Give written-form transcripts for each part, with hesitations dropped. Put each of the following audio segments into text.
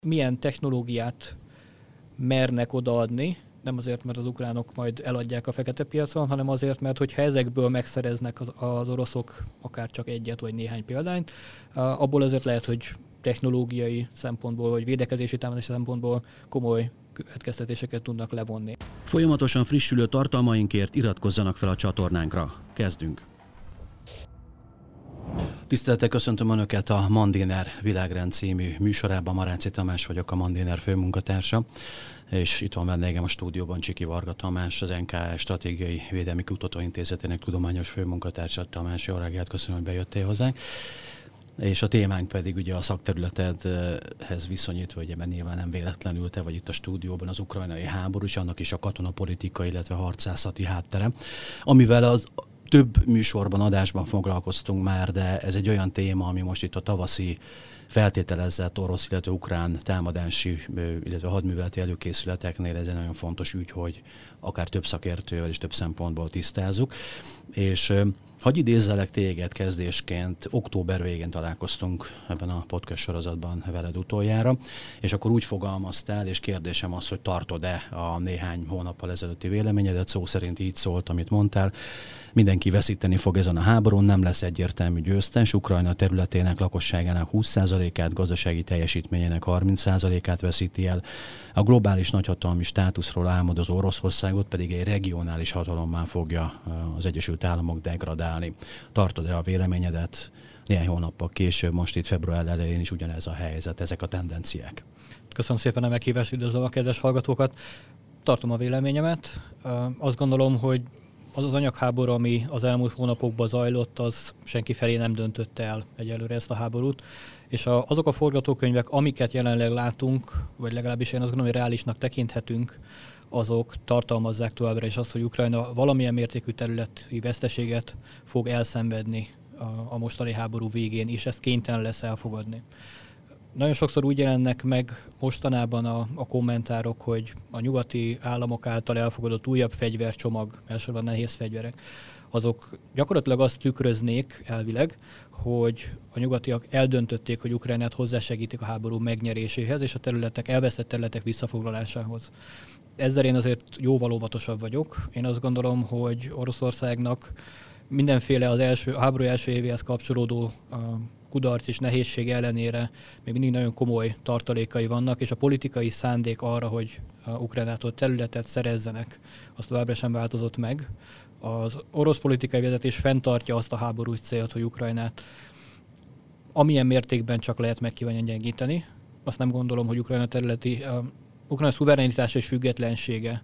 milyen technológiát mernek odaadni, nem azért, mert az ukránok majd eladják a fekete piacon, hanem azért, mert hogyha ezekből megszereznek az oroszok akár csak egyet vagy néhány példányt, abból azért lehet, hogy technológiai szempontból vagy védekezési támadási szempontból komoly következtetéseket tudnak levonni. Folyamatosan frissülő tartalmainkért iratkozzanak fel a csatornánkra. Kezdünk! Tisztelettel köszöntöm Önöket a Mandiner Világrend című műsorában. Maráci Tamás vagyok, a Mandiner főmunkatársa, és itt van vendégem a stúdióban Csiki Varga Tamás, az NKA Stratégiai Védelmi Kutatóintézetének tudományos főmunkatársa. Tamás, jó reggelt, köszönöm, hogy bejöttél hozzánk. És a témánk pedig ugye a szakterületedhez viszonyítva, ugye, mert nyilván nem véletlenül te vagy itt a stúdióban, az ukrajnai háború, és annak is a katonapolitikai, illetve harcászati háttere, amivel az több műsorban, adásban foglalkoztunk már, de ez egy olyan téma, ami most itt a tavaszi feltételezett orosz, illetve ukrán támadási, illetve hadműveleti előkészületeknél ez egy nagyon fontos ügy, hogy akár több szakértővel és több szempontból tisztázzuk. És hadd idézzelek téged kezdésként, október végén találkoztunk ebben a podcast sorozatban veled utoljára, és akkor úgy fogalmaztál, és kérdésem az, hogy tartod-e a néhány hónappal ezelőtti véleményedet, szó szerint így szólt, amit mondtál. Mindenki veszíteni fog ezen a háborún, nem lesz egyértelmű győztes. Ukrajna területének lakosságának 20%-át, gazdasági teljesítményének 30%-át veszíti el. A globális nagyhatalmi státuszról álmodozó Oroszországot pedig egy regionális hatalommá fogja az Egyesült Államok degradálni. Tartod-e a véleményedet? Néhány hónappal később, most itt február elején is ugyanez a helyzet, ezek a tendenciák. Köszönöm szépen a meghívást, üdvözlöm a kedves hallgatókat. Tartom a véleményemet. Azt gondolom, hogy az az anyagháború, ami az elmúlt hónapokban zajlott, az senki felé nem döntötte el egyelőre ezt a háborút. És azok a forgatókönyvek, amiket jelenleg látunk, vagy legalábbis én azt gondolom, hogy reálisnak tekinthetünk, azok tartalmazzák továbbra is azt, hogy Ukrajna valamilyen mértékű területi veszteséget fog elszenvedni a mostani háború végén, és ezt kénytelen lesz elfogadni. Nagyon sokszor úgy jelennek meg mostanában a kommentárok, hogy a nyugati államok által elfogadott újabb fegyvercsomag, elsősorban nehéz fegyverek, azok gyakorlatilag azt tükröznék elvileg, hogy a nyugatiak eldöntötték, hogy Ukrajnát hozzásegítik a háború megnyeréséhez és a elvesztett területek visszafoglalásához. Ezzel én azért jóval óvatosabb vagyok. Én azt gondolom, hogy Oroszországnak mindenféle a háború első évéhez kapcsolódó kudarc és nehézség ellenére még mindig nagyon komoly tartalékai vannak, és a politikai szándék arra, hogy Ukrajnától területet szerezzenek, az továbbra sem változott meg. Az orosz politikai vezetés fenntartja azt a háborús célt, hogy Ukrajnát amilyen mértékben csak lehet megkívánja gyengíteni. Azt nem gondolom, hogy Ukrajna szuverenitása és függetlensége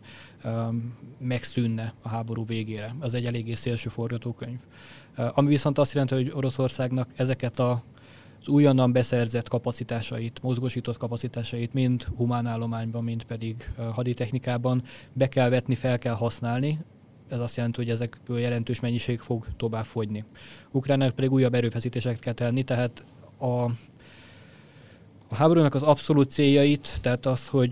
megszűnne a háború végére. Az egy eléggé szélső forgatókönyv. Ami viszont azt jelenti, hogy Oroszországnak ezeket az újonnan beszerzett kapacitásait, mozgósított kapacitásait mind humán állományban, mind pedig haditechnikában be kell vetni, fel kell használni. Ez azt jelenti, hogy ezekből jelentős mennyiség fog tovább fogyni. Ukrajnának pedig újabb erőfeszítéseket kell tenni, tehát a háborúnak az abszolút céljait, tehát azt, hogy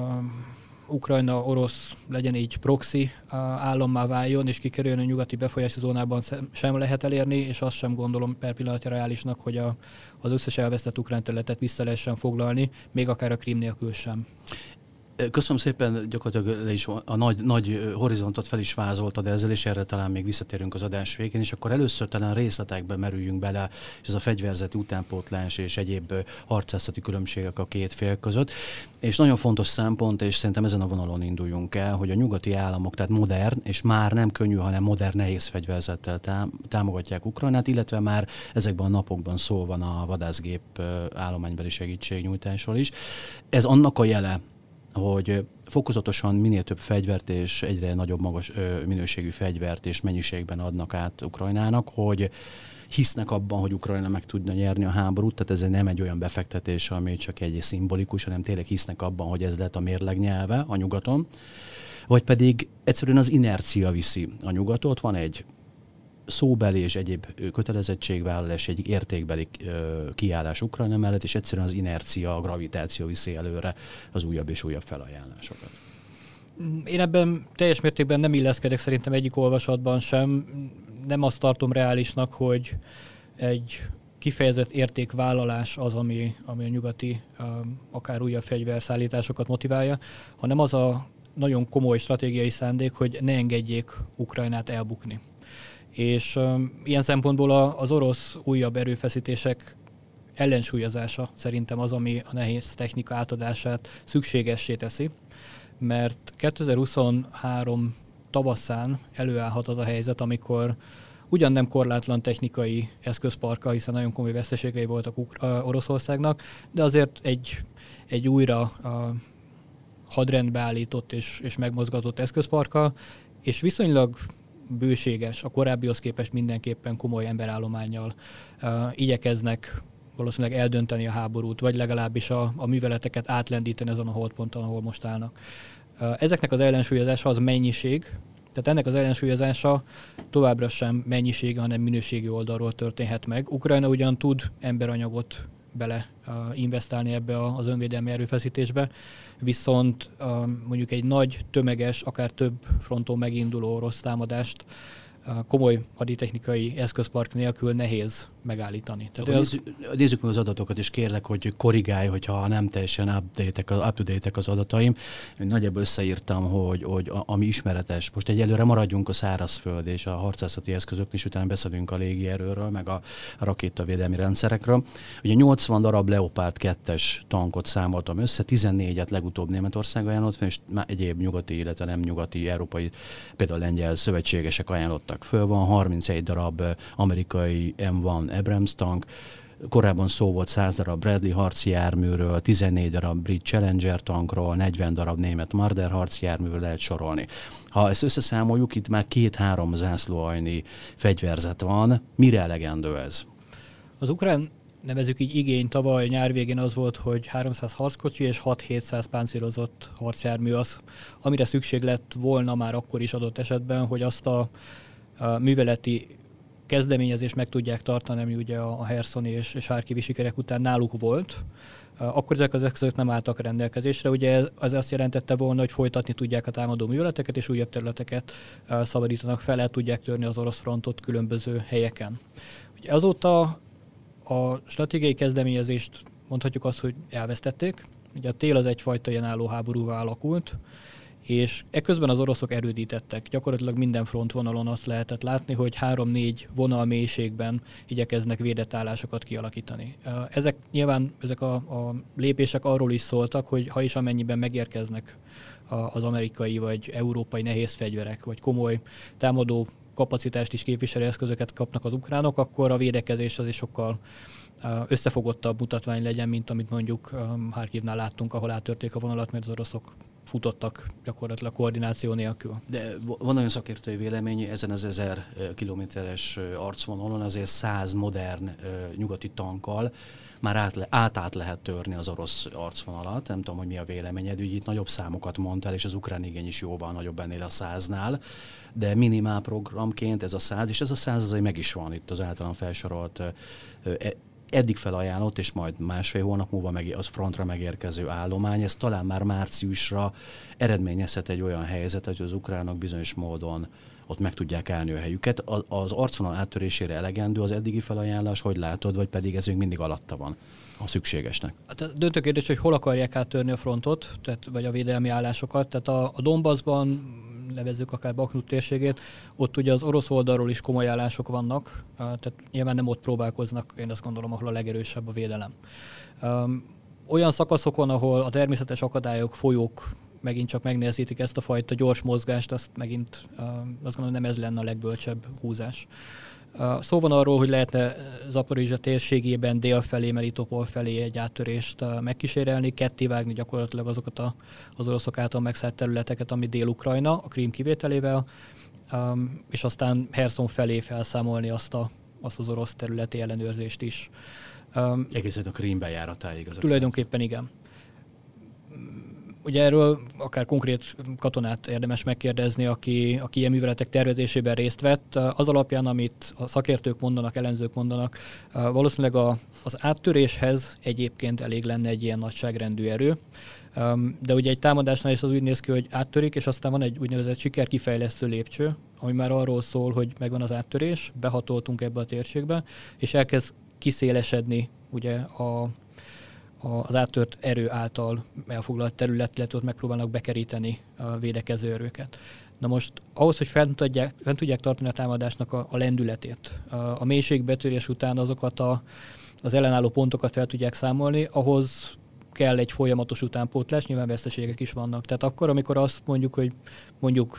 Ukrajna orosz legyen így proxy állammá váljon, és kikerüljön a nyugati befolyási zónában sem lehet elérni, és azt sem gondolom per pillanatra reálisnak, hogy az összes elvesztett ukrán területet vissza lehessen foglalni, még akár a Krím nélkül sem. Köszönöm szépen, gyakorlatilag is a nagy horizontot fel is vázoltad ezzel, és erre talán még visszatérünk az adás végén, és akkor először talán részletekbe merüljünk bele, és ez a fegyverzeti utánpótlás és egyéb harcászati különbségek a két fél között. És nagyon fontos szempont, és szerintem ezen a vonalon induljunk el, hogy a nyugati államok, tehát modern, és már nem könnyű, hanem modern nehéz fegyverzettel támogatják Ukrajnát, illetve már ezekben a napokban szó van a vadászgép állománybeli segítségnyújtásról is. Ez annak a jele, hogy fokozatosan minél több fegyvert és egyre nagyobb magas minőségű fegyvert és mennyiségben adnak át Ukrajnának, hogy hisznek abban, hogy Ukrajna meg tudna nyerni a háborút, tehát ez nem egy olyan befektetés, ami csak egy szimbolikus, hanem tényleg hisznek abban, hogy ez lett a mérleg nyelve a nyugaton, vagy pedig egyszerűen az inercia viszi a nyugatot, van egy szóbeli és egyéb kötelezettségvállalás, egy értékbeli kiállás Ukrajna mellett, és egyszerűen az inercia, a gravitáció viszi előre az újabb és újabb felajánlásokat. Én ebben teljes mértékben nem illeszkedek szerintem egyik olvasatban sem. Nem azt tartom reálisnak, hogy egy kifejezett értékvállalás az, ami a nyugati, akár újabb fegyverszállításokat motiválja, hanem az a nagyon komoly stratégiai szándék, hogy ne engedjék Ukrajnát elbukni. És ilyen szempontból az orosz újabb erőfeszítések ellensúlyozása szerintem az, ami a nehéz technika átadását szükségessé teszi, mert 2023 tavaszán előállhat az a helyzet, amikor ugyan nem korlátlan technikai eszközparka, hiszen nagyon komoly veszteségei voltak Oroszországnak, de azért egy újra hadrendbe állított és megmozgatott eszközparka, és viszonylag bőséges, a korábbihoz képest mindenképpen komoly emberállománnyal igyekeznek valószínűleg eldönteni a háborút, vagy legalábbis a műveleteket átlendíteni azon a holdponton, ahol most állnak. Ezeknek az ellensúlyozása az mennyiség, tehát ennek az ellensúlyozása továbbra sem mennyiségi, hanem minőségi oldalról történhet meg. Ukrajna ugyan tud emberanyagot bele investálni ebbe az önvédelmi erőfeszítésbe, viszont mondjuk egy nagy, tömeges, akár több fronton meginduló orosz támadást komoly haditechnikai eszközpark nélkül nehéz megállítani. Nézzük meg az adatokat, és kérlek, hogy korrigálj, hogyha nem teljesen up-to-date-ek az adataim. Én nagyjából összeírtam, hogy ami ismeretes. Most egyelőre maradjunk a szárazföld és a harcászati eszközök, és utána beszélünk a légierőről, meg a rakétavédelmi rendszerekről. Ugye 80 darab Leopard 2-es tankot számoltam össze, 14-et legutóbb Németország ajánlott, és már egyéb nyugati, illetve nem nyugati, európai, például lengyel szövetségesek ajánlottak föl. Van 31 darab amerikai M1 Abrams tank, korábban szó volt 100 darab Bradley harci járműről, 14 darab brit Challenger tankról, 40 darab német Marder harci járműről lehet sorolni. Ha ezt összeszámoljuk, itt már 2-3 zászlóalnyi fegyverzet van. Mire elegendő ez? Az ukrán, nevezzük így, igény tavaly nyár végén az volt, hogy 300 harckocsi és 6-700 páncélozott harcjármű az, amire szükség lett volna már akkor is adott esetben, hogy azt a műveleti kezdeményezést meg tudják tartani, ami ugye a herszoni és Harkivi sikerek után náluk volt. Akkor ezek az eszközök nem álltak rendelkezésre. Ugye ez azt jelentette volna, hogy folytatni tudják a támadó műveleteket, és újabb területeket szabadítanak fel, el tudják törni az orosz frontot különböző helyeken. Ugye azóta a stratégiai kezdeményezést mondhatjuk azt, hogy elvesztették. Ugye a tél az egyfajta ilyen álló háborúvá alakult, és eközben az oroszok erődítettek. Gyakorlatilag minden frontvonalon azt lehetett látni, hogy 3-4 vonal mélységben igyekeznek védett állásokat kialakítani. Ezek a lépések arról is szóltak, hogy ha is amennyiben megérkeznek az amerikai vagy európai nehéz fegyverek, vagy komoly támadó kapacitást is képviselő eszközöket kapnak az ukránok, akkor a védekezés az is sokkal összefogottabb mutatvány legyen, mint amit mondjuk Harkivnál láttunk, ahol áttörték a vonalat, mert az oroszok futottak gyakorlatilag koordináció nélkül. De van olyan szakértői vélemény, ezen az 1000 kilométeres arcvonalon azért 100 modern nyugati tankkal már át lehet törni az orosz arcvonalat. Nem tudom, hogy mi a véleményed, úgy itt nagyobb számokat mondtál, és az ukrán igény is jóval nagyobb ennél a 100-nál, de minimál programként ez a 100, és ez a 100 azért meg is van itt az általán felsorolt eddig felajánlott, és majd másfél hónap múlva az frontra megérkező állomány, ez talán már márciusra eredményezhet egy olyan helyzetet, hogy az ukránok bizonyos módon ott meg tudják állni a helyüket. Az arcvonal áttörésére elegendő az eddigi felajánlás, hogy látod, vagy pedig ez még mindig alatta van a szükségesnek? Hát a döntő kérdés, hogy hol akarják áttörni a frontot, vagy a védelmi állásokat. Tehát a Donbassban, nevezzük akár Bakhmut térségét, ott ugye az orosz oldalról is komoly állások vannak, tehát nyilván nem ott próbálkoznak, én azt gondolom, ahol a legerősebb a védelem. Olyan szakaszokon, ahol a természetes akadályok, folyók megint csak megnehezítik ezt a fajta gyors mozgást, azt megint azt gondolom, nem ez lenne a legbölcsebb húzás. Szó van arról, hogy lehetne Zaporizsja térségében dél felé, Melitopol felé egy áttörést megkísérelni, kettévágni gyakorlatilag azokat az oroszok által megszállt területeket, ami Dél-Ukrajna, a Krím kivételével, és aztán Herszon felé felszámolni azt az orosz területi ellenőrzést is. Egészen a Krím bejáratáig. Tulajdonképpen igen. Ugye erről akár konkrét katonát érdemes megkérdezni, aki ilyen műveletek tervezésében részt vett. Az alapján, amit a szakértők mondanak, ellenzők mondanak, valószínűleg az áttöréshez egyébként elég lenne egy ilyen nagyságrendű erő. De ugye egy támadásnál is az úgy néz ki, hogy áttörik, és aztán van egy úgynevezett sikerkifejlesztő lépcső, ami már arról szól, hogy megvan az áttörés, behatoltunk ebbe a térségbe, és elkezd kiszélesedni ugye az áttört erő által elfoglalt terület, illetve ott megpróbálnak bekeríteni a védekező erőket. Na most ahhoz, hogy fent tudják tartani a támadásnak a lendületét, a mélységbetörés után azokat az ellenálló pontokat fel tudják számolni, ahhoz kell egy folyamatos utánpótlás, nyilván veszteségek is vannak. Tehát akkor, amikor azt mondjuk, hogy mondjuk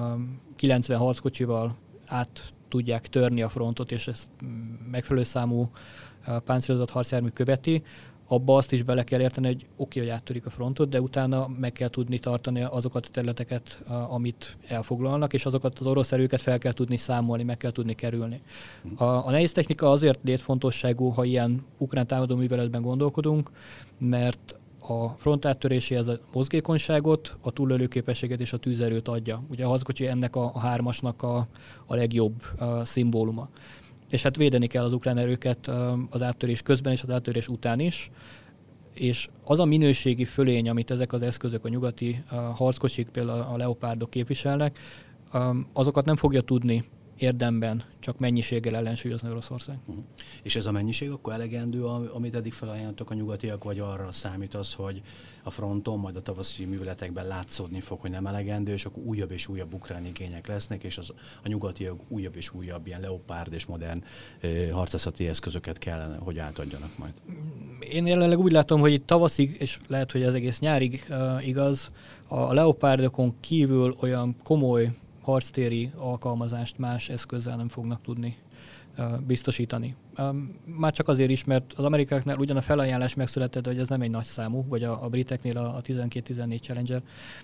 90 harckocsival át tudják törni a frontot, és ezt megfelelő számú páncélozott harcjármű követi, abba azt is bele kell érteni, hogy oké, hogy áttörik a frontot, de utána meg kell tudni tartani azokat a területeket, amit elfoglalnak, és azokat az orosz erőket fel kell tudni számolni, meg kell tudni kerülni. A nehéz technika azért létfontosságú, ha ilyen ukrán támadó műveletben gondolkodunk, mert a front áttöréséhez a mozgékonyságot, a túlélőképességet és a tűzerőt adja. Ugye a harckocsi ennek a hármasnak a legjobb szimbóluma. És hát védeni kell az ukrán erőket az áttörés közben és az áttörés után is. És az a minőségi fölény, amit ezek az eszközök, a nyugati harckocsik, például a Leopardok képviselnek, azokat nem fogja tudni érdemben csak mennyiséggel ellensúlyozni Oroszország. És ez a mennyiség akkor elegendő, amit eddig felajánlottak a nyugatiak, vagy arra számít az, hogy a fronton, majd a tavaszi műveletekben látszódni fog, hogy nem elegendő, és akkor újabb és újabb ukrán igények lesznek, és a nyugatiak újabb és újabb ilyen Leopard és modern harcászati eszközöket kellene, hogy átadjanak majd. Én jelenleg úgy látom, hogy itt tavaszig, és lehet, hogy ez egész nyárig igaz, a Leopardokon kívül olyan komoly harctéri alkalmazást más eszközzel nem fognak tudni biztosítani. Már csak azért is, mert az amerikáknál ugyan a felajánlás megszületett, hogy ez nem egy nagy számú, vagy a briteknél a 12-14 Challenger,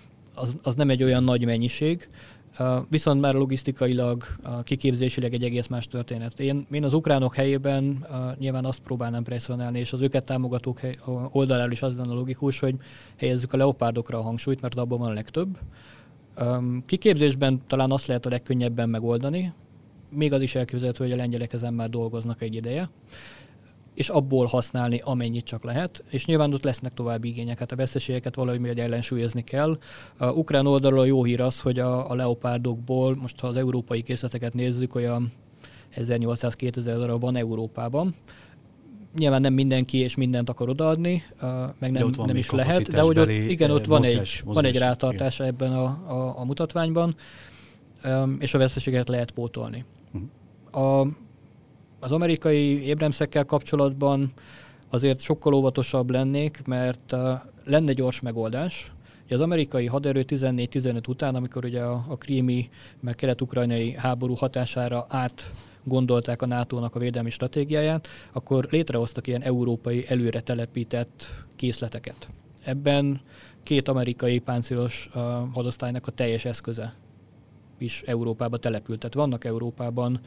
az nem egy olyan nagy mennyiség, viszont már logisztikailag, kiképzésileg egy egész más történet. Én az ukránok helyében nyilván azt próbálnám presszionálni, és az őket támogatók oldaláról is az lenne logikus, hogy helyezzük a Leopardokra a hangsúlyt, mert abban van a legtöbb. Kiképzésben talán azt lehet a legkönnyebben megoldani, még az is elképzelhető, hogy a lengyelek ezen már dolgoznak egy ideje, és abból használni amennyit csak lehet, és nyilván ott lesznek további igények, hát a veszteségeket valahogy még ellensúlyozni kell. Ukrán oldalról jó hír az, hogy a Leopardokból, most ha az európai készleteket nézzük, olyan 1800-2000 darab van Európában. Nyilván nem mindenki és mindent akar odaadni, meg nem is lehet, de hogy ott van egy rátartása ebben a mutatványban, és a veszteséget lehet pótolni. Az amerikai Abramsekkel kapcsolatban azért sokkal óvatosabb lennék, mert lenne gyors megoldás. Az amerikai haderő 14-15 után, amikor ugye a krími, meg kelet-ukrajnai háború hatására átgondolták a NATO-nak a védelmi stratégiáját, akkor létrehoztak ilyen európai előre telepített készleteket. Ebben 2 amerikai páncélos hadosztálynak a teljes eszköze is Európába települt. Tehát vannak Európában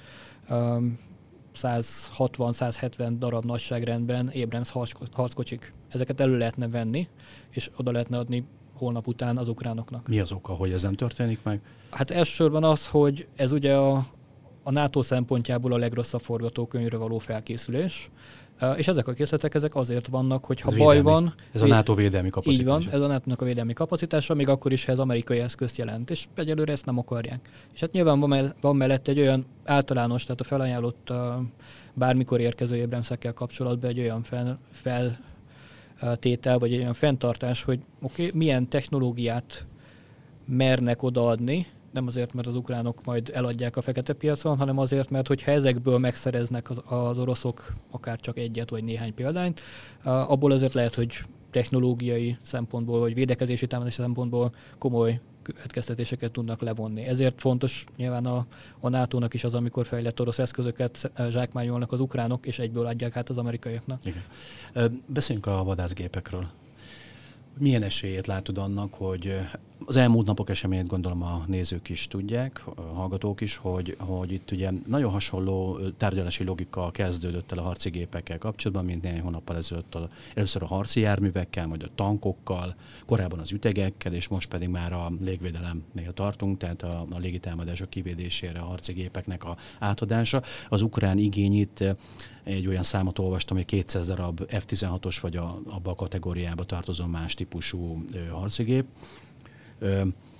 160-170 darab nagyságrendben Abrams harckocsik. Ezeket elő lehetne venni, és oda lehetne adni holnap után az ukránoknak. Mi az oka, hogy ez nem történik meg? Hát elsősorban az, hogy ez ugye a NATO szempontjából a legrosszabb forgatókönyvre való felkészülés, és ezek a készletek azért vannak, hogy ha baj van... Ez a NATO védelmi kapacitása. Így van, ez a NATO-nak a védelmi kapacitása, még akkor is, ha ez amerikai eszközt jelent, és egyelőre ezt nem akarják. És hát nyilván van mellett egy olyan általános, tehát a felajánlott bármikor érkező Abramsekkel kapcsolatban egy olyan feltétel, vagy egy olyan fenntartás, hogy milyen technológiát mernek odaadni, nem azért, mert az ukránok majd eladják a fekete piacon, hanem azért, mert hogyha ezekből megszereznek az oroszok akár csak egyet vagy néhány példányt, abból azért lehet, hogy technológiai szempontból, vagy védekezési támadási szempontból komoly következtetéseket tudnak levonni. Ezért fontos nyilván a NATO-nak is az, amikor fejlett orosz eszközöket zsákmányolnak az ukránok, és egyből adják át az amerikaiaknak. Igen. Beszéljünk a vadászgépekről. Milyen esélyét látod annak, hogy az elmúlt napok eseményét gondolom a nézők is tudják, a hallgatók is, hogy itt ugye nagyon hasonló tárgyalási logika kezdődött el a harci gépekkel kapcsolatban, mint néhány hónappal ezelőtt először a harci járművekkel, majd a tankokkal, korábban az ütegekkel, és most pedig már a légvédelemnél tartunk, tehát a légitámadások kivédésére a harci gépeknek a átadása. Az ukrán igényét egy olyan számot olvastam, hogy 200 darab F-16-os vagy abba a kategóriába tartozó más típusú harcigép.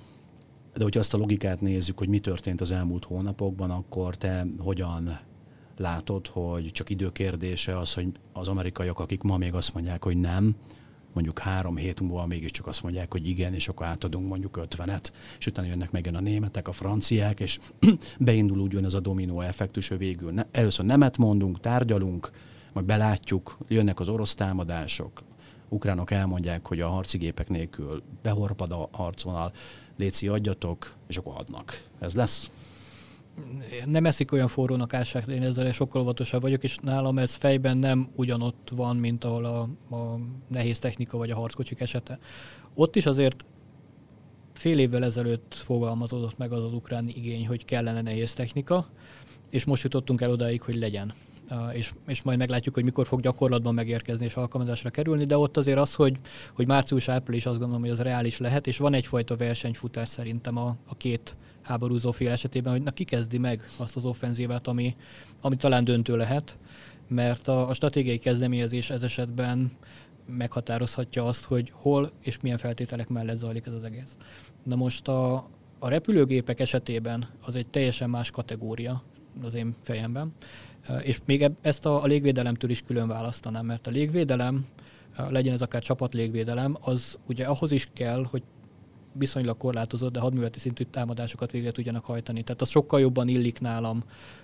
De hogyha azt a logikát nézzük, hogy mi történt az elmúlt hónapokban, akkor te hogyan látod, hogy csak időkérdése az, hogy az amerikaiak, akik ma még azt mondják, hogy nem, mondjuk 3 hét múlva mégiscsak azt mondják, hogy igen, és akkor átadunk mondjuk 50-et, és utána jönnek megint a németek, a franciák, és beindul úgy ez a dominó effektus, hogy végül először nemet mondunk, tárgyalunk, majd belátjuk, jönnek az orosz támadások, ukránok elmondják, hogy a harci gépek nélkül behorpad a harcvonal, léci adjatok, és akkor adnak. Ez lesz? Nem eszik olyan forrónak ásák, én ezzel sokkal óvatosabb vagyok, és nálam ez fejben nem ugyanott van, mint ahol a nehéz technika vagy a harckocsik esete. Ott is azért fél évvel ezelőtt fogalmazódott meg az ukrán igény, hogy kellene nehéz technika, és most jutottunk el odáig, hogy legyen. És majd meglátjuk, hogy mikor fog gyakorlatban megérkezni és alkalmazásra kerülni, de ott azért az, hogy március-április, azt gondolom, hogy az reális lehet, és van egyfajta versenyfutás szerintem a két háborúzó fél esetében, hogy ki kezdi meg azt az offenzívát, ami talán döntő lehet, mert a stratégiai kezdeményezés ez esetben meghatározhatja azt, hogy hol és milyen feltételek mellett zajlik ez az egész. Na most a repülőgépek esetében az egy teljesen más kategória az én fejemben, és még ezt a légvédelemtől is külön választanám, mert a légvédelem, legyen ez akár csapatlégvédelem, az ugye ahhoz is kell, hogy viszonylag korlátozott, de hadműveleti szintű támadásokat végre tudjanak hajtani. Tehát az sokkal jobban illik nálam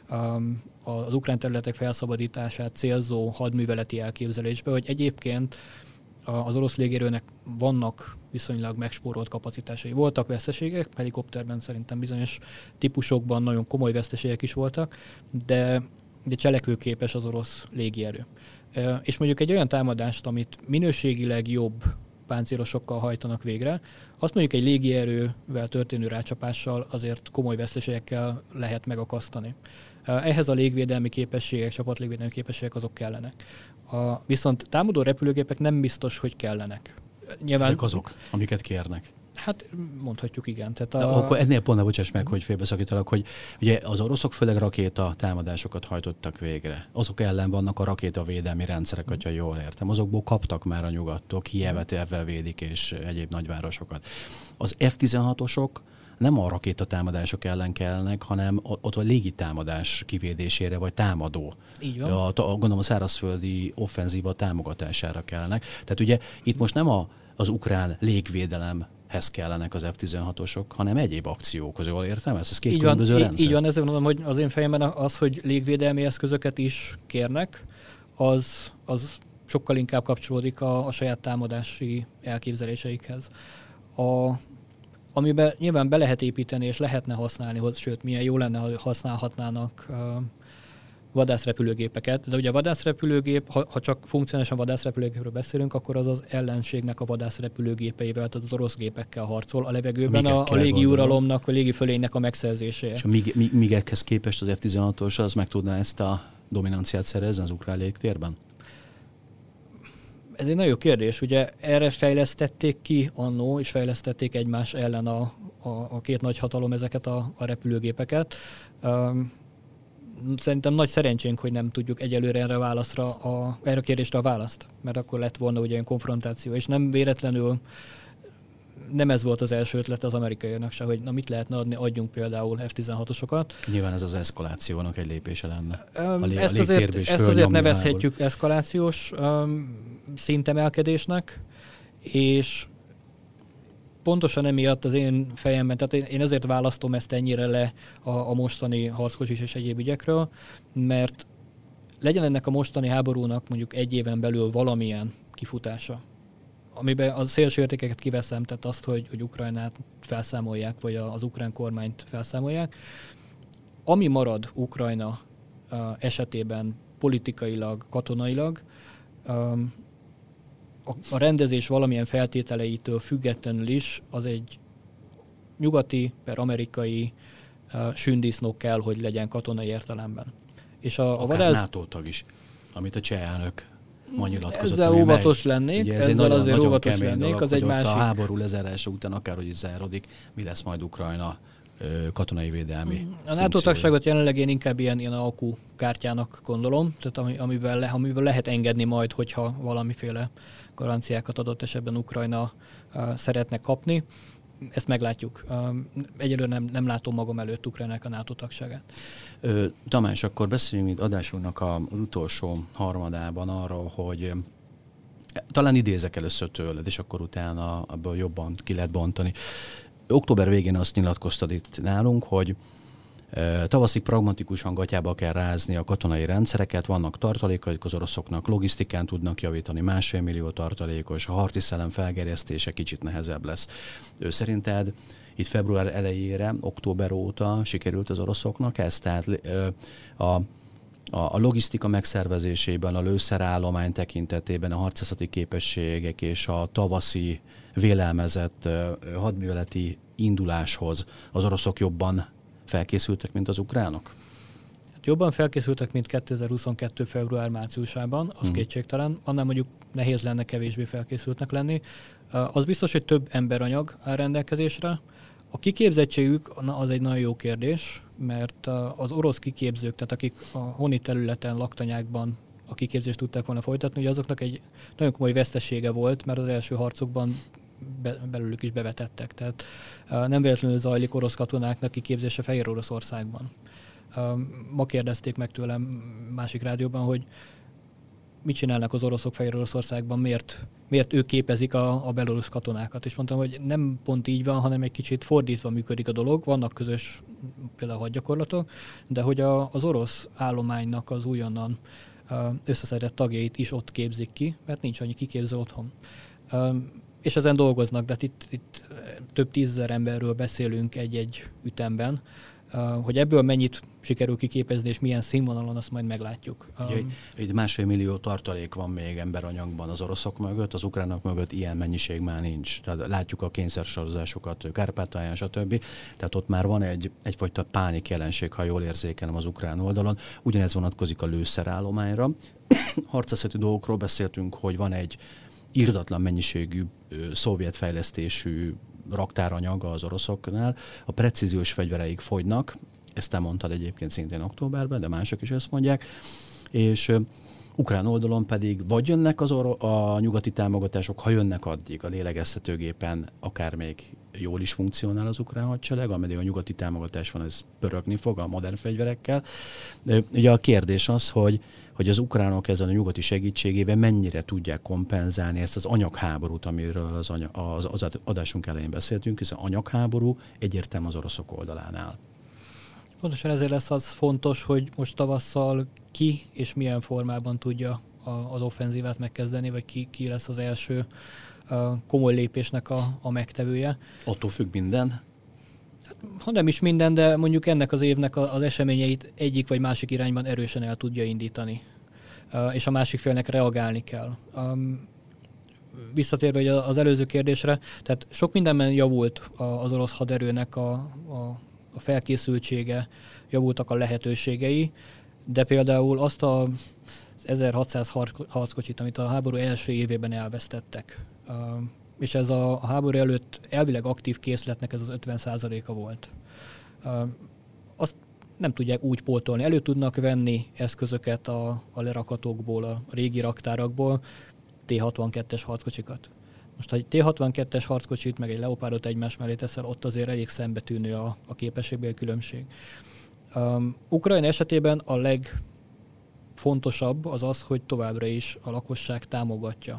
az ukrán területek felszabadítását célzó hadműveleti elképzelésbe, hogy egyébként az orosz légierőnek vannak viszonylag megspórolt kapacitásai. Voltak veszteségek, helikopterben szerintem bizonyos típusokban nagyon komoly veszteségek is voltak, de cselekvőképes az orosz légierő. És mondjuk egy olyan támadást, amit minőségileg jobb páncélosokkal hajtanak végre, azt mondjuk egy légierővel történő rácsapással azért komoly veszteségekkel lehet megakasztani. Ehhez a légvédelmi képességek, csapatlégvédelmi képességek azok kellenek. Viszont támadó repülőgépek nem biztos, hogy kellenek. Nyilván, ezek azok, amiket kérnek. Hát mondhatjuk, igen. Tehát akkor ennél pont ne bocsáss meg, hogy félbeszakítalak, hogy ugye az oroszok főleg rakéta támadásokat hajtottak végre. Azok ellen vannak a rakétavédelmi rendszerek, hogyha jól értem. Azokból kaptak már a nyugattól, Kijevet ebben védik és egyéb nagyvárosokat. Az F-16-osok nem a rakétatámadások ellen kellnek, hanem ott a légitámadás kivédésére, vagy támadó. Így van. Gondolom a szárazföldi offenzíva támogatására kellnek. Tehát ugye itt most nem az ukrán légvédelemhez kellenek az F-16-osok, hanem egyéb akciókhoz, jól értem? Ez két különböző rendszer. Így van, ezért mondom, hogy az én fejemben az, hogy légvédelmi eszközöket is kérnek, az sokkal inkább kapcsolódik a saját támadási elképzeléseikhez. Amiben nyilván be lehet építeni és lehetne használni, sőt, milyen jó lenne, ha használhatnának vadászrepülőgépeket, de ugye a vadászrepülőgép, ha csak funkcionálisan vadászrepülőgépről beszélünk, akkor az az ellenségnek a vadászrepülőgépeivel, tehát az orosz gépekkel harcol a levegőben a légi uralomnak, a légi fölénynek a megszerzéséért. És míg ehhez képest az F-16-os az meg tudná ezt a dominanciát szerezni az ukrán légtérben? Ez egy nagyon jó kérdés. Ugye erre fejlesztették ki annó, és fejlesztették egymás ellen a két nagyhatalom ezeket a repülőgépeket. Szerintem nagy szerencsénk, hogy nem tudjuk egyelőre erre a kérdésre a választ, mert akkor lett volna ugye olyan konfrontáció, és nem véletlenül nem ez volt az első ötlet az amerikaiaknak se, hogy na mit lehetne adni, adjunk például F-16-osokat. Nyilván ez az eszkalációnak egy lépése lenne. Ezt azért nevezhetjük eszkalációs szintemelkedésnek, és pontosan emiatt az én fejemben, tehát én ezért választom ezt ennyire le a mostani harckocsis és egyéb ügyekről, mert legyen ennek a mostani háborúnak mondjuk egy éven belül valamilyen kifutása, amiben a szélső értékeket kiveszem, tehát azt, hogy Ukrajnát felszámolják, vagy az ukrán kormányt felszámolják. Ami marad Ukrajna esetében politikailag, katonailag, a rendezés valamilyen feltételeitől függetlenül is az egy nyugati per amerikai sündisznó kell, hogy legyen katonai értelemben. És a NATO tag is, amit a cseh elnök ma nyilatkozott. Ezzel óvatos lennék, ezzel azért óvatos lennék, az egy másik. A háború lezárása után akárhogy is záródik, mi lesz majd Ukrajna katonai védelmi A NATO tagságot jelenleg én inkább ilyen alkú kártyának gondolom, tehát amivel lehet engedni majd, hogyha valamiféle garanciákat adott esetben Ukrajna szeretne kapni. ezt meglátjuk. Egyelőre nem látom magam előtt Ukrajnának a NATO tagságát. Tamás, akkor beszéljünk itt adásunknak az utolsó harmadában arról, hogy talán idézek először tőled, és akkor utána ebből jobban ki lehet bontani. Október végén azt nyilatkoztad itt nálunk, hogy tavaszig pragmatikusan gatyába kell rázni a katonai rendszereket, vannak tartalékaik az oroszoknak, logisztikán tudnak javítani, 1,5 millió tartalékos, a harci szellem felgerjesztése kicsit nehezebb lesz. Szerinted itt február elejére, október óta sikerült az oroszoknak ez? Tehát a logisztika megszervezésében, a lőszerállomány tekintetében, a harcászati képességek és a tavaszi vélelmezett hadműveleti induláshoz az oroszok jobban felkészültek, mint az ukránok? Hát jobban felkészültek, mint 2022. február-márciusában, az kétségtelen. Annál mondjuk nehéz lenne kevésbé felkészültnek lenni. Az biztos, hogy több emberanyag áll rendelkezésre. A kiképzettségük az egy nagyon jó kérdés, mert az orosz kiképzők, tehát akik a honi területen, laktanyákban a kiképzést tudták volna folytatni, hogy azoknak egy nagyon komoly vesztesége volt, mert az első harcokban belőlük is bevetettek. Tehát nem véletlenül zajlik orosz katonáknak kiképzése Fehér Oroszországban. Ma kérdezték meg tőlem másik rádióban, hogy mit csinálnak az oroszok Fehér Oroszországban, miért ők képezik a belorusz katonákat. És mondtam, hogy nem pont így van, hanem egy kicsit fordítva működik a dolog. Vannak közös például hadgyakorlatok, de hogy az orosz állománynak az újonnan összeszedett tagjait is ott képzik ki, mert nincs annyi kiképző otthon. És ezen dolgoznak, de itt több 10 000 emberről beszélünk egy-egy ütemben, hogy ebből mennyit sikerül kiképezni, és milyen színvonalon, azt majd meglátjuk. Egy 1,5 millió tartalék van még emberanyagban az oroszok mögött, az ukránok mögött ilyen mennyiség már nincs. Tehát látjuk a kényszersorozásokat Kárpátalján, stb. Tehát ott már van egyfajta pánik jelenség, ha jól érzékelem az ukrán oldalon. Ugyanez vonatkozik a lőszerállományra. Harcászati dolgokról beszéltünk, hogy van egy irdatlan mennyiségű szovjet fejlesztésű raktáranyag az oroszoknál, a precíziós fegyvereik fogynak, ezt te mondtad egyébként szintén októberben, de mások is ezt mondják, és ukrán oldalon pedig vagy jönnek a nyugati támogatások, ha jönnek addig a lélegeztetőgépen, akár még jól is funkcionál az ukrán hadsereg, ameddig a nyugati támogatás van, ez pörögni fog a modern fegyverekkel. Ugye a kérdés az, hogy az ukránok ezzel a nyugati segítségével mennyire tudják kompenzálni ezt az anyagháborút, amiről az adásunk elején beszéltünk, hiszen anyagháború egyértelműen az oroszok oldalán áll. Pontosan ezért lesz az fontos, hogy most tavasszal ki és milyen formában tudja az offenzívát megkezdeni, vagy ki lesz az első komoly lépésnek a megtevője. Attól függ minden? Ha nem is minden, de mondjuk ennek az évnek az eseményeit egyik vagy másik irányban erősen el tudja indítani. És a másik félnek reagálni kell. Visszatérve az előző kérdésre, tehát sok mindenben javult az orosz haderőnek a felkészültsége, javultak a lehetőségei, de például azt az 1600 harckocsit, amit a háború első évében elvesztettek, és ez a háború előtt elvileg aktív készletnek ez az 50%-a volt. Azt nem tudják úgy pótolni. Elő tudnak venni eszközöket a lerakatokból, a régi raktárakból, T-62-es harckocsikat. Most, ha egy T-62-es harckocsit, meg egy Leopardot egymás mellé teszel, ott azért elég szembetűnő a képességbeli különbség. Ukrajna esetében a legfontosabb az, hogy továbbra is a lakosság támogatja.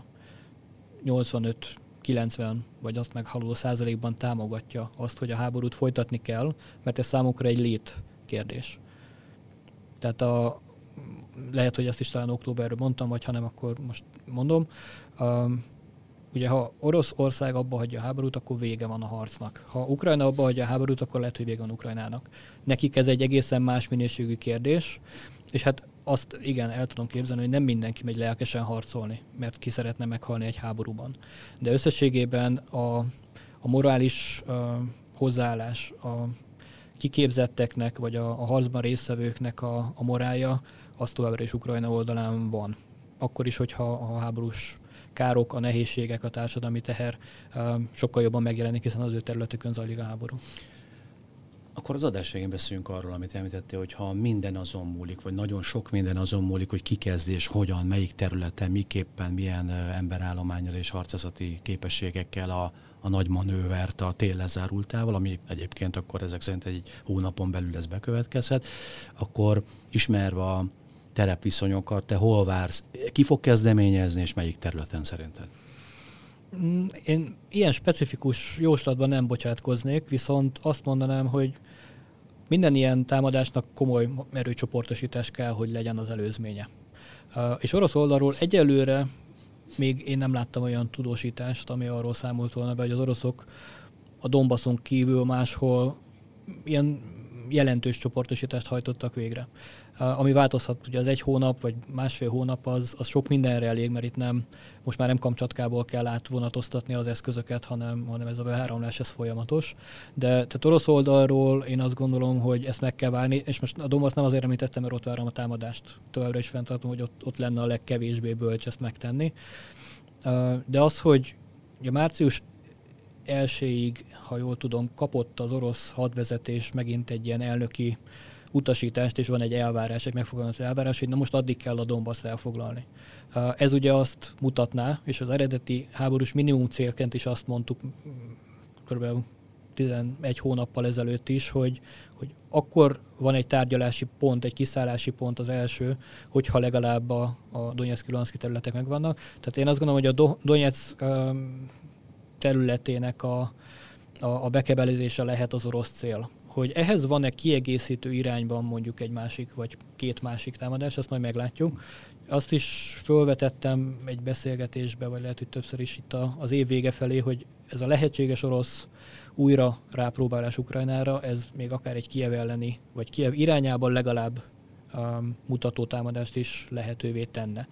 85-90 vagy azt meghaladó százalékban támogatja azt, hogy a háborút folytatni kell, mert ez számukra egy létkérdés. Tehát lehet, hogy ezt is talán októberről mondtam, vagy ha nem, akkor most mondom. Ugye, ha Oroszország abba hagyja a háborút, akkor vége van a harcnak. Ha Ukrajna abba hagyja a háborút, akkor lehet, hogy vége van Ukrajnának. Nekik ez egy egészen más minőségű kérdés, és hát azt igen, el tudom képzelni, hogy nem mindenki megy lelkesen harcolni, mert ki szeretne meghalni egy háborúban. De összességében a morális hozzáállás, a kiképzetteknek, vagy a harcban résztvevőknek a morálja, az továbbra is Ukrajna oldalán van. Akkor is, hogyha a háborús károk, a nehézségek, a társadalmi teher sokkal jobban megjelenik, hiszen az ő területükön zajlik a háború. Akkor az adás végén beszéljünk arról, amit említettél, hogy ha minden azon múlik, vagy nagyon sok minden azon múlik, hogy ki kezd és hogyan, melyik területen, miképpen, milyen emberállománnyal és harcászati képességekkel a nagy manővert a tél lezárultával, ami egyébként akkor ezek szerint egy hónapon belül ez bekövetkezhet, akkor ismerve a terepviszonyokat, te hol vársz, ki fog kezdeményezni, és melyik területen szerinted? Én ilyen specifikus jóslatban nem bocsátkoznék, viszont azt mondanám, hogy minden ilyen támadásnak komoly erőcsoportosítás kell, hogy legyen az előzménye. És orosz oldalról egyelőre még én nem láttam olyan tudósítást, ami arról számolt volna be, hogy az oroszok a Donbaszon kívül máshol ilyen jelentős csoportosítást hajtottak végre. Ami változhat, ugye az 1 hónap vagy másfél hónap az sok mindenre elég, mert itt most már nem Kamcsatkából kell átvonatoztatni az eszközöket, hanem ez a beáramlás, ez folyamatos. De tehát orosz oldalról én azt gondolom, hogy ezt meg kell várni, és most a Donbasz nem azért említettem, mert ott várom a támadást. Továbbra is fenntartom, hogy ott lenne a legkevésbé bölcs ezt megtenni. De az, hogy ugye március 1-ig, ha jól tudom, kapott az orosz hadvezetés megint egy ilyen elnöki utasítást, és van egy elvárás, egy megfogalmazott elvárás, hogy na most addig kell a Donbaszt elfoglalni. Ez ugye azt mutatná, és az eredeti háborús minimum célként is azt mondtuk kb. 11 hónappal ezelőtt is, hogy akkor van egy tárgyalási pont, egy kiszállási pont az első, hogyha legalább a Donetszki-Luhanszki területek megvannak. Tehát én azt gondolom, hogy a Donetsz területének a bekebelezése lehet az orosz cél. Hogy ehhez van-e kiegészítő irányban mondjuk egy másik vagy 2 másik támadás, azt majd meglátjuk. Azt is fölvetettem egy beszélgetésbe, vagy lehet, hogy többször is itt az év vége felé, hogy ez a lehetséges orosz újra rápróbálás Ukrajnára, ez még akár egy Kijev elleni, vagy Kijev irányában legalább mutató támadást is lehetővé tenne.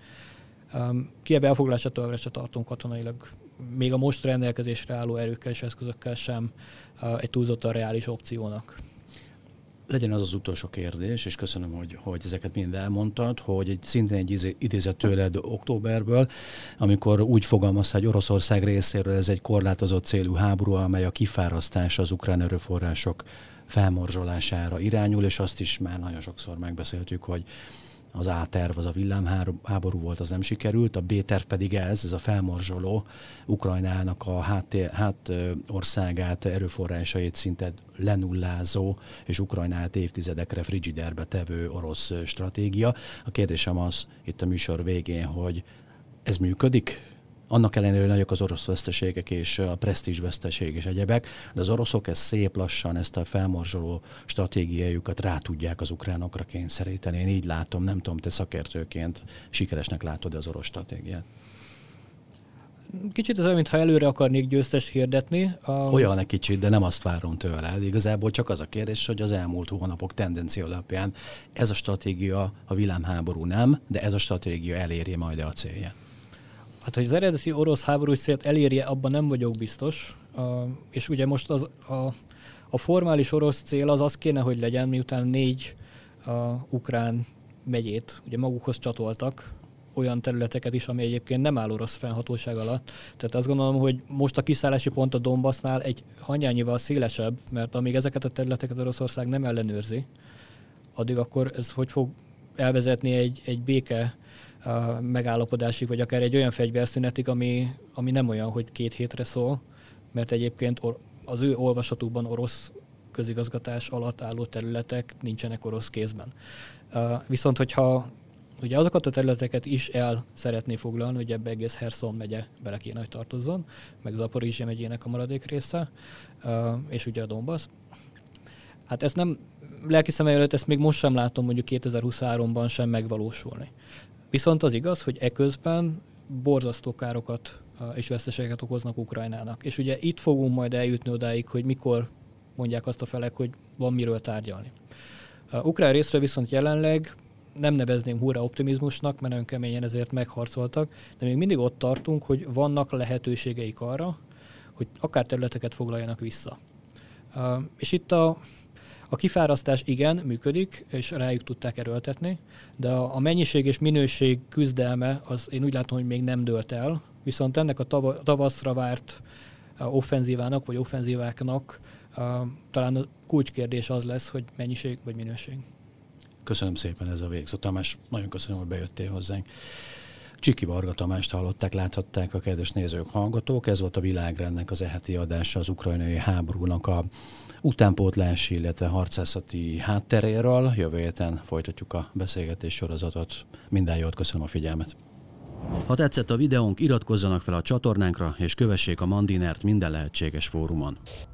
Kijev elfoglalását továbbra se tartom katonailag, még a most rendelkezésre álló erőkkel és eszközökkel sem egy túlzottan reális opciónak. Legyen az az utolsó kérdés, és köszönöm, hogy ezeket mind elmondtad, hogy szintén egy idézet tőled októberből, amikor úgy fogalmazta, hogy Oroszország részéről ez egy korlátozott célú háború, amely a kifárasztás az ukrán erőforrások felmorzsolására irányul, és azt is már nagyon sokszor megbeszéltük, hogy az A-terv, az a villámháború volt, az nem sikerült, a B-terv pedig ez a felmorzsoló Ukrajnának a országát, erőforrásait szinte lenullázó és Ukrajnát évtizedekre frigiderbe tevő orosz stratégia. A kérdésem az itt a műsor végén, hogy ez működik? Annak ellenére, hogy nagyok az orosz veszteségek és a presztízs veszteség és egyebek, de az oroszok ezt szép lassan, ezt a felmorzsoló stratégiájukat rá tudják az ukránokra kényszeríteni. Én így látom, nem tudom, te szakértőként sikeresnek látod az orosz stratégiát. Kicsit ez olyan, mintha előre akarnék győztest hirdetni. Olyan egy kicsit, de nem azt várom tőle. Igazából csak az a kérdés, hogy az elmúlt hónapok tendencia alapján ez a stratégia, a villámháború nem, de ez a stratégia eléri majd a célját. Hát, hogy az eredeti orosz háborús célt elérje, abban nem vagyok biztos. És ugye most a formális orosz cél az kéne, hogy legyen, miután 4 ukrán megyét ugye magukhoz csatoltak, olyan területeket is, ami egyébként nem áll orosz fennhatóság alatt. Tehát azt gondolom, hogy most a kiszállási pont a Donbasznál egy hangyányival szélesebb, mert amíg ezeket a területeket Oroszország nem ellenőrzi, addig akkor ez hogy fog elvezetni egy béke megállapodásig, vagy akár egy olyan fegyverszünetig, ami nem olyan, hogy 2 hétre szól, mert egyébként az ő olvasatukban orosz közigazgatás alatt álló területek nincsenek orosz kézben. Viszont, hogyha ugye azokat a területeket is el szeretné foglalni, hogy ebbe egész Herszon megye bele kéne, hogy tartozzon, meg Zaporizsja megyének a maradék része, és ugye a Donbasz. Hát ezt nem, lelki szemely előtt ezt még most sem látom mondjuk 2023-ban sem megvalósulni. Viszont az igaz, hogy eközben borzasztó károkat és veszteségeket okoznak Ukrajnának. És ugye itt fogunk majd eljutni odáig, hogy mikor mondják azt a felek, hogy van miről tárgyalni. Ukrán részre viszont jelenleg nem nevezném hurra optimizmusnak, mert nagyon keményen ezért megharcoltak, de még mindig ott tartunk, hogy vannak lehetőségeik arra, hogy akár területeket foglaljanak vissza. És itt a kifárasztás igen, működik, és rájuk tudták erőltetni, de a mennyiség és minőség küzdelme, az én úgy látom, hogy még nem dőlt el, viszont ennek a tavaszra várt offenzívának, vagy offenzíváknak Talán a kulcskérdés az lesz, hogy mennyiség vagy minőség. Köszönöm szépen, ez a végszó. Tamás, nagyon köszönöm, hogy bejöttél hozzánk. Csiki Varga Tamást hallották, láthatták a kedves nézők, hallgatók. Ez volt a Világrendnek az e-heti adása az ukrajnai háborúnak a utánpótlási, illetve harcászati hátteréről. Jövő héten folytatjuk a beszélgetés sorozatot. Minden jót, köszönöm a figyelmet. Ha tetszett a videónk, iratkozzanak fel a csatornánkra, és kövessék a Mandinert minden lehetséges fórumon.